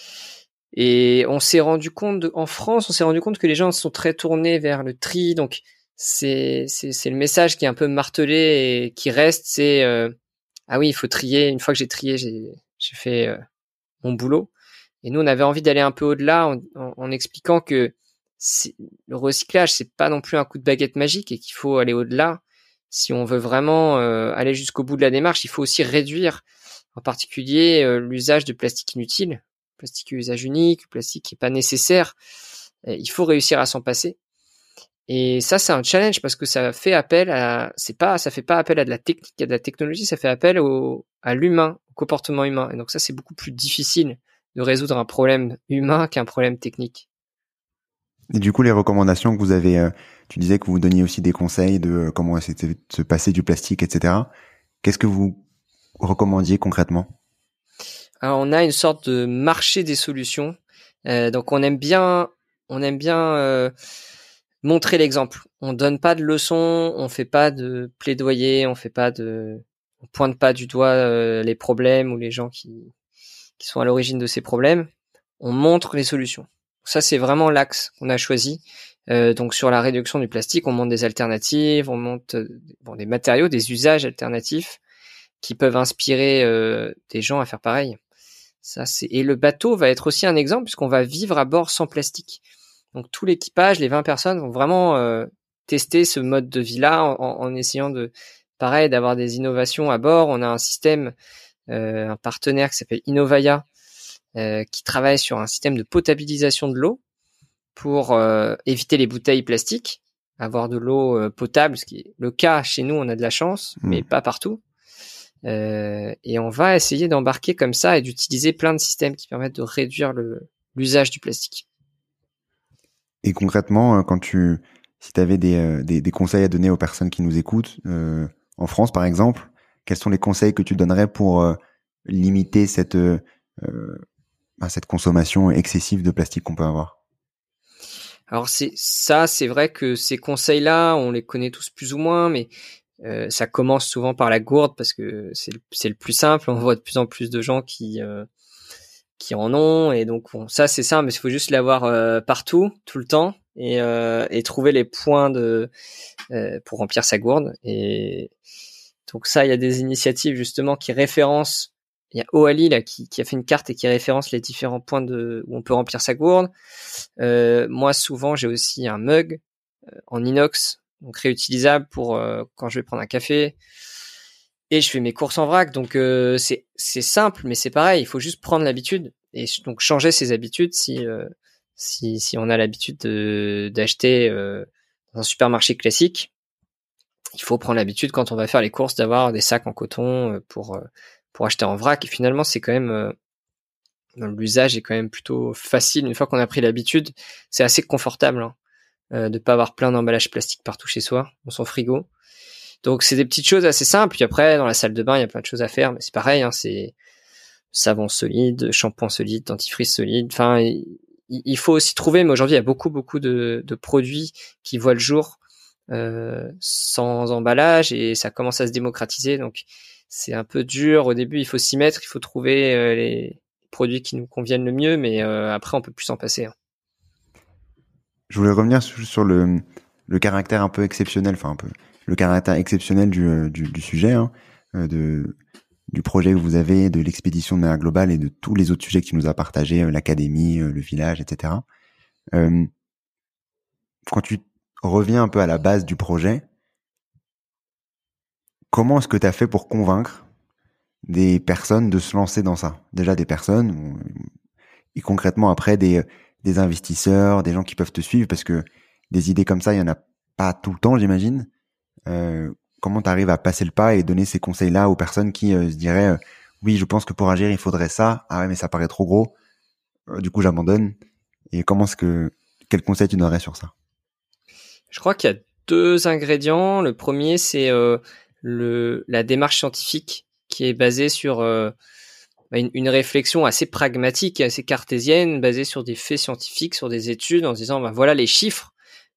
Et on s'est rendu compte en France, on s'est rendu compte que les gens sont très tournés vers le tri. Donc c'est le message qui est un peu martelé et qui reste. C'est ah oui, il faut trier. Une fois que j'ai trié, j'ai fait mon boulot. Et nous, on avait envie d'aller un peu au-delà en expliquant que le recyclage, c'est pas non plus un coup de baguette magique et qu'il faut aller au-delà. Si on veut vraiment aller jusqu'au bout de la démarche, il faut aussi réduire, en particulier, l'usage de plastique inutile, plastique à usage unique, plastique qui est pas nécessaire. Il faut réussir à s'en passer. Et ça, c'est un challenge parce que ça fait appel ça fait pas appel à de la technique, à de la technologie, ça fait appel à l'humain, au comportement humain. Et donc ça, c'est beaucoup plus difficile de résoudre un problème humain qu'un problème technique. Et du coup, les recommandations que vous avez, tu disais que vous donniez aussi des conseils de comment c'était de se passer du plastique, etc. Qu'est-ce que vous recommandiez concrètement? Alors, on a une sorte de marché des solutions. Donc, on aime bien montrer l'exemple. On donne pas de leçons, on fait pas de plaidoyer, on pointe pas du doigt les problèmes ou les gens qui sont à l'origine de ces problèmes. On montre les solutions. Ça, c'est vraiment l'axe qu'on a choisi. Donc sur la réduction du plastique, on montre des alternatives, on montre des matériaux, des usages alternatifs qui peuvent inspirer des gens à faire pareil. Et le bateau va être aussi un exemple puisqu'on va vivre à bord sans plastique. Donc tout l'équipage, les 20 personnes vont vraiment tester ce mode de vie-là en essayant de pareil, d'avoir des innovations à bord. On a un système, un partenaire qui s'appelle Innovaya, qui travaille sur un système de potabilisation de l'eau pour éviter les bouteilles plastiques, avoir de l'eau potable, ce qui est le cas chez nous, on a de la chance, mais pas partout. Et on va essayer d'embarquer comme ça et d'utiliser plein de systèmes qui permettent de réduire l'usage du plastique. Et concrètement, si tu avais des conseils à donner aux personnes qui nous écoutent, en France par exemple, quels sont les conseils que tu donnerais pour limiter cette consommation excessive de plastique qu'on peut avoir? Alors c'est vrai que ces conseils-là, on les connaît tous plus ou moins, mais ça commence souvent par la gourde parce que c'est le plus simple. On voit de plus en plus de gens qui en ont, et donc bon, ça c'est simple, mais il faut juste l'avoir partout, tout le temps, et trouver les points pour remplir sa gourde. Et donc ça, il y a des initiatives justement qui référencent. Il y a Oali là qui a fait une carte et qui référence les différents points où on peut remplir sa gourde. Moi souvent j'ai aussi un mug en inox, donc réutilisable pour quand je vais prendre un café. Et je fais mes courses en vrac, donc c'est simple, mais c'est pareil, il faut juste prendre l'habitude et donc changer ses habitudes si on a l'habitude d'acheter dans un supermarché classique. Il faut prendre l'habitude quand on va faire les courses d'avoir des sacs en coton pour acheter en vrac. Et finalement, c'est quand même l'usage est quand même plutôt facile une fois qu'on a pris l'habitude. C'est assez confortable de pas avoir plein d'emballages plastiques partout chez soi dans son frigo. Donc c'est des petites choses assez simples. Puis après, dans la salle de bain, il y a plein de choses à faire, mais c'est pareil, c'est savon solide, shampoing solide, dentifrice solide. Enfin, il faut aussi trouver, mais aujourd'hui il y a beaucoup de produits qui voient le jour sans emballage, et ça commence à se démocratiser. Donc c'est un peu dur au début, il faut s'y mettre, il faut trouver les produits qui nous conviennent le mieux, mais après on peut plus s'en passer. Je voulais revenir sur le caractère un peu exceptionnel, le caractère exceptionnel du sujet, du projet que vous avez, de l'expédition de manière globale et de tous les autres sujets que tu nous as partagés, l'académie, le village, etc. Quand tu reviens un peu à la base du projet, comment est-ce que tu as fait pour convaincre des personnes de se lancer dans ça? Déjà des personnes, et concrètement après des investisseurs, des gens qui peuvent te suivre, parce que des idées comme ça, il y en a pas tout le temps, j'imagine. Comment tu arrives à passer le pas et donner ces conseils-là aux personnes qui se diraient oui, je pense que pour agir, il faudrait ça. Ah ouais, mais ça paraît trop gros. Du coup, j'abandonne. Et quel conseil tu donnerais sur ça? Je crois qu'il y a 2 ingrédients. Le premier, c'est la démarche scientifique qui est basée sur une réflexion assez pragmatique et assez cartésienne, basée sur des faits scientifiques, sur des études, en se disant voilà les chiffres.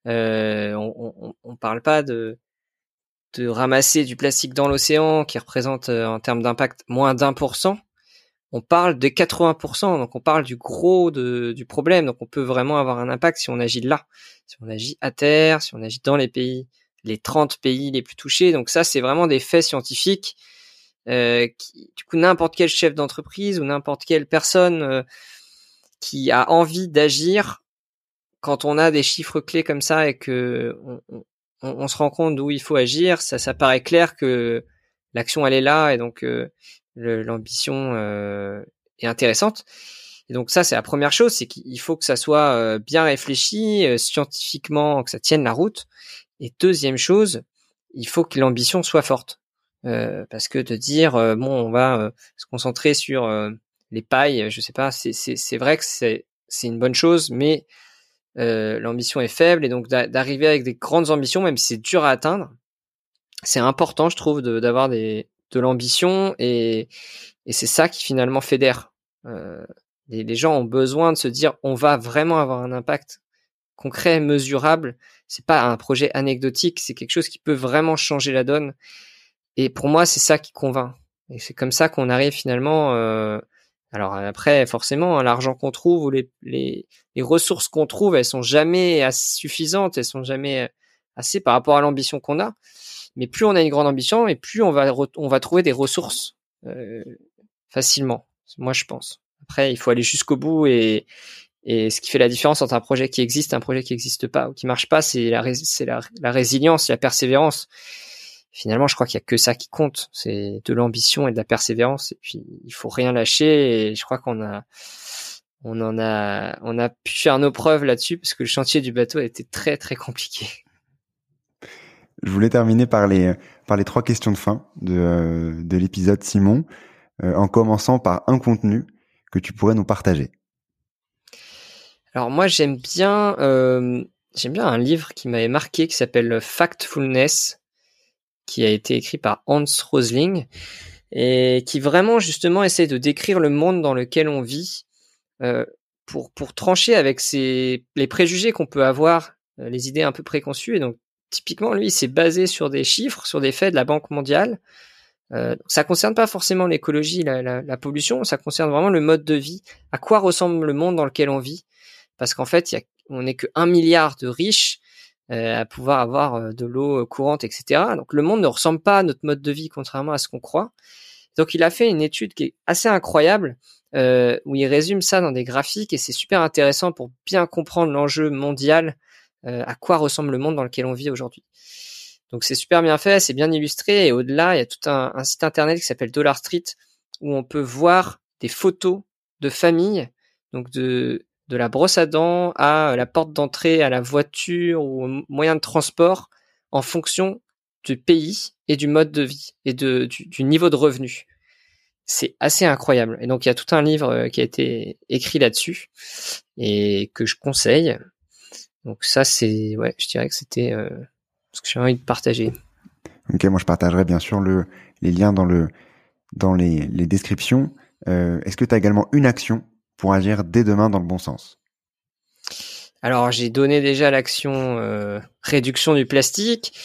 On parle pas de ramasser du plastique dans l'océan qui représente en termes d'impact moins d'1%. On parle de 80%, donc on parle du gros du problème. Donc on peut vraiment avoir un impact si on agit là, si on agit à terre, si on agit dans les 30 pays les plus touchés. Donc ça, c'est vraiment des faits scientifiques du coup, n'importe quel chef d'entreprise ou n'importe quelle personne qui a envie d'agir, quand on a des chiffres clés comme ça et que on se rend compte d'où il faut agir, ça paraît clair que l'action elle est là, et donc l'ambition est intéressante. Et donc ça, c'est la première chose, c'est qu'il faut que ça soit bien réfléchi, scientifiquement, que ça tienne la route. Et deuxième chose, il faut que l'ambition soit forte. Parce que de dire on va se concentrer sur les pailles, je sais pas, c'est vrai que c'est une bonne chose, mais l'ambition est faible, et donc d'arriver avec des grandes ambitions, même si c'est dur à atteindre, c'est important, je trouve, d'avoir de l'ambition, et c'est ça qui finalement fédère. Les gens ont besoin de se dire on va vraiment avoir un impact concret, mesurable. C'est pas un projet anecdotique, c'est quelque chose qui peut vraiment changer la donne. Et pour moi, c'est ça qui convainc. Et c'est comme ça qu'on arrive finalement. Alors après, forcément, l'argent qu'on trouve ou les ressources qu'on trouve, elles sont jamais suffisantes, elles sont jamais assez par rapport à l'ambition qu'on a. Mais plus on a une grande ambition, et plus on va trouver des ressources facilement. Moi, je pense. Après, il faut aller jusqu'au bout, et ce qui fait la différence entre un projet qui existe et un projet qui n'existe pas ou qui marche pas, c'est la résilience, la persévérance. finalement, je crois qu'il y a que ça qui compte. C'est de l'ambition et de la persévérance. Et puis, il faut rien lâcher. Et je crois qu'on a pu faire nos preuves là-dessus parce que le chantier du bateau a été très, très compliqué. Je voulais terminer par les 3 questions de fin de l'épisode, Simon, en commençant par un contenu que tu pourrais nous partager. Alors moi, j'aime bien un livre qui m'avait marqué qui s'appelle Factfulness, qui a été écrit par Hans Rosling et qui vraiment justement essaie de décrire le monde dans lequel on vit pour trancher avec les préjugés qu'on peut avoir, les idées un peu préconçues. Et donc typiquement, lui, il s'est basé sur des chiffres, sur des faits de la Banque mondiale. Ça concerne pas forcément l'écologie, la pollution, ça concerne vraiment le mode de vie, à quoi ressemble le monde dans lequel on vit. Parce qu'en fait, on n'est que 1 milliard de riches à pouvoir avoir de l'eau courante, etc. Donc le monde ne ressemble pas à notre mode de vie, contrairement à ce qu'on croit. Donc il a fait une étude qui est assez incroyable, où il résume ça dans des graphiques, et c'est super intéressant pour bien comprendre l'enjeu mondial, à quoi ressemble le monde dans lequel on vit aujourd'hui. Donc c'est super bien fait, c'est bien illustré, et au-delà, il y a tout un site internet qui s'appelle Dollar Street, où on peut voir des photos de familles, donc de la brosse à dents à la porte d'entrée, à la voiture ou au moyen de transport, en fonction du pays et du mode de vie et du niveau de revenu. C'est assez incroyable. Et donc il y a tout un livre qui a été écrit là-dessus et que je conseille. Donc ça, je dirais que c'était ce que j'ai envie de partager. Ok, moi je partagerai bien sûr les liens dans les descriptions. Est-ce que tu as également une action pour agir dès demain dans le bon sens? Alors j'ai donné déjà l'action réduction du plastique.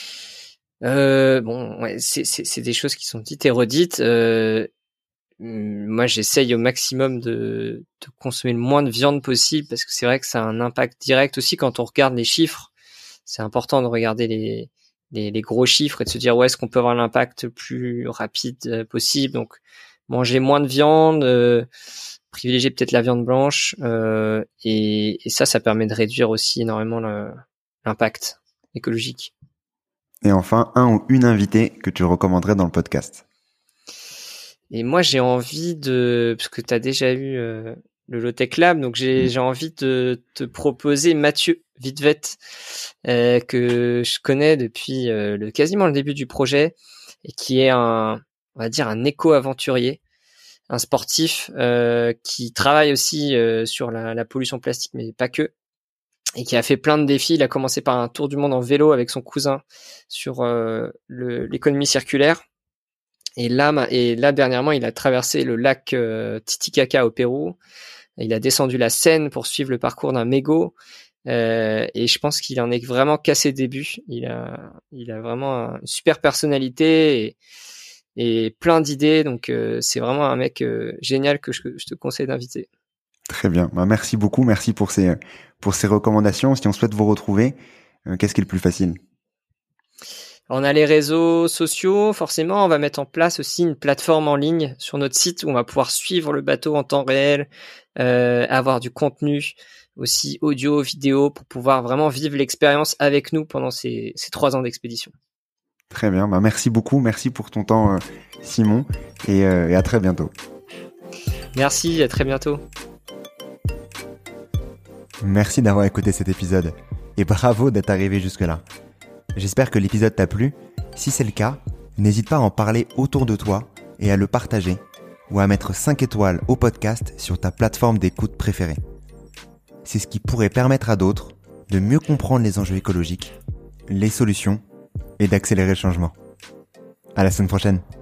C'est des choses qui sont dites et redites. Moi j'essaye au maximum de consommer le moins de viande possible parce que c'est vrai que ça a un impact direct aussi quand on regarde les chiffres. C'est important de regarder les gros chiffres et de se dire où est-ce qu'on peut avoir l'impact le plus rapide possible. Donc manger moins de viande, privilégier peut-être la viande blanche, et ça permet de réduire aussi énormément l'impact écologique. Et enfin, un ou une invitée que tu recommanderais dans le podcast? Et moi, j'ai envie parce que tu as déjà eu le Low-Tech Lab, donc j'ai envie de te proposer Mathieu Vidvet, que je connais depuis quasiment le début du projet, et qui est on va dire un éco-aventurier, un sportif qui travaille aussi sur la pollution plastique, mais pas que, et qui a fait plein de défis. Il a commencé par un tour du monde en vélo avec son cousin sur l'économie circulaire. Et là, dernièrement, il a traversé le lac Titicaca au Pérou. Il a descendu la Seine pour suivre le parcours d'un mégot. Et je pense qu'il en est vraiment qu'à ses débuts. Il a vraiment une super personnalité et plein d'idées. Donc, c'est vraiment un mec génial que je te conseille d'inviter. Très bien. Merci beaucoup. Merci pour ces recommandations. Si on souhaite vous retrouver, qu'est-ce qui est le plus facile? On a les réseaux sociaux, forcément. On va mettre en place aussi une plateforme en ligne sur notre site où on va pouvoir suivre le bateau en temps réel, avoir du contenu aussi audio, vidéo, pour pouvoir vraiment vivre l'expérience avec nous pendant ces 3 ans d'expédition. Très bien. Merci beaucoup. Merci pour ton temps, Simon, et à très bientôt. Merci, à très bientôt. Merci d'avoir écouté cet épisode et bravo d'être arrivé jusque-là. J'espère que l'épisode t'a plu. Si c'est le cas, n'hésite pas à en parler autour de toi et à le partager ou à mettre 5 étoiles au podcast sur ta plateforme d'écoute préférée. C'est ce qui pourrait permettre à d'autres de mieux comprendre les enjeux écologiques, les solutions et d'accélérer le changement. À la semaine prochaine.